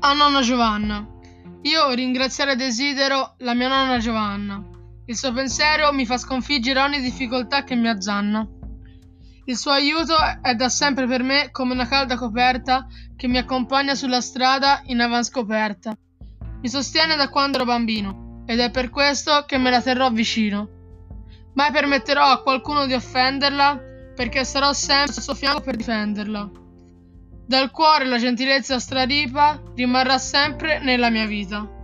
A nonna Giovanna. Io ringraziare desidero la mia nonna Giovanna. Il suo pensiero mi fa sconfiggere ogni difficoltà che mi azzanna. Il suo aiuto è da sempre per me come una calda coperta che mi accompagna sulla strada in avanscoperta. Mi sostiene da quando ero bambino ed è per questo che me la terrò vicino. Mai permetterò a qualcuno di offenderla perché sarò sempre al suo fianco per difenderla. Dal cuore la gentilezza straripa rimarrà sempre nella mia vita.